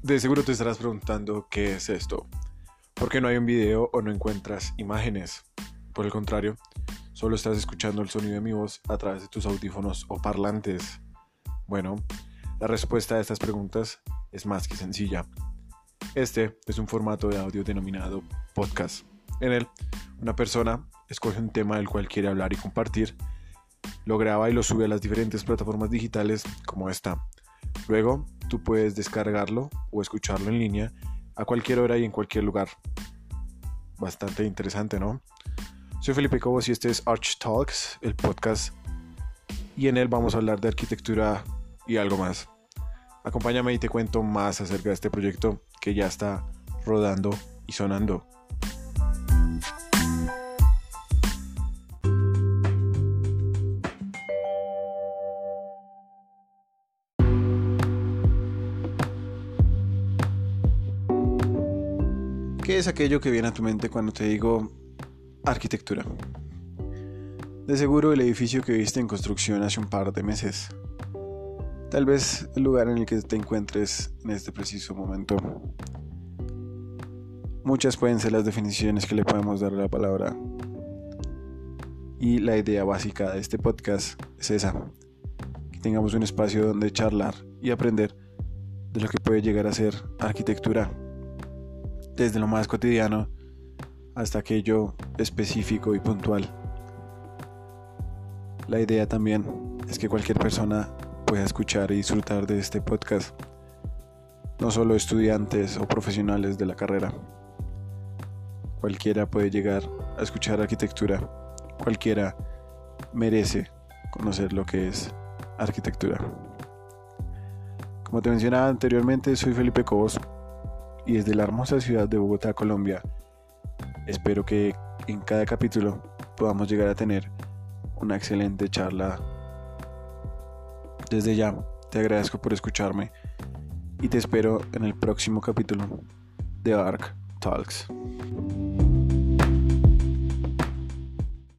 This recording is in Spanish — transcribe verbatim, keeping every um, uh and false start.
De seguro te estarás preguntando qué es esto. ¿Por qué no hay un video o no encuentras imágenes? Por el contrario, solo estás escuchando el sonido de mi voz a través de tus audífonos o parlantes. Bueno, la respuesta a estas preguntas es más que sencilla. Este es un formato de audio denominado podcast. En él, una persona escoge un tema del cual quiere hablar y compartir, lo graba y lo sube a las diferentes plataformas digitales como esta. Luego, tú puedes descargarlo o escucharlo en línea a cualquier hora y en cualquier lugar. Bastante interesante, ¿no? Soy Felipe Cobos y este es Arch Talks, el podcast, y en él vamos a hablar de arquitectura y algo más. Acompáñame y te cuento más acerca de este proyecto que ya está rodando y sonando. ¿Qué es aquello que viene a tu mente cuando te digo arquitectura? De seguro el edificio que viste en construcción hace un par de meses. Tal vez el lugar en el que te encuentres en este preciso momento. Muchas pueden ser las definiciones que le podemos dar a la palabra. Y la idea básica de este podcast es esa: que tengamos un espacio donde charlar y aprender de lo que puede llegar a ser arquitectura. Desde lo más cotidiano hasta aquello específico y puntual. La idea también es que cualquier persona pueda escuchar y disfrutar de este podcast, no solo estudiantes o profesionales de la carrera. Cualquiera puede llegar a escuchar arquitectura, cualquiera merece conocer lo que es arquitectura. Como te mencionaba anteriormente, soy Felipe Cobos y desde la hermosa ciudad de Bogotá, Colombia, espero que en cada capítulo podamos llegar a tener una excelente charla. Desde ya te agradezco por escucharme y te espero en el próximo capítulo de Arch Talks.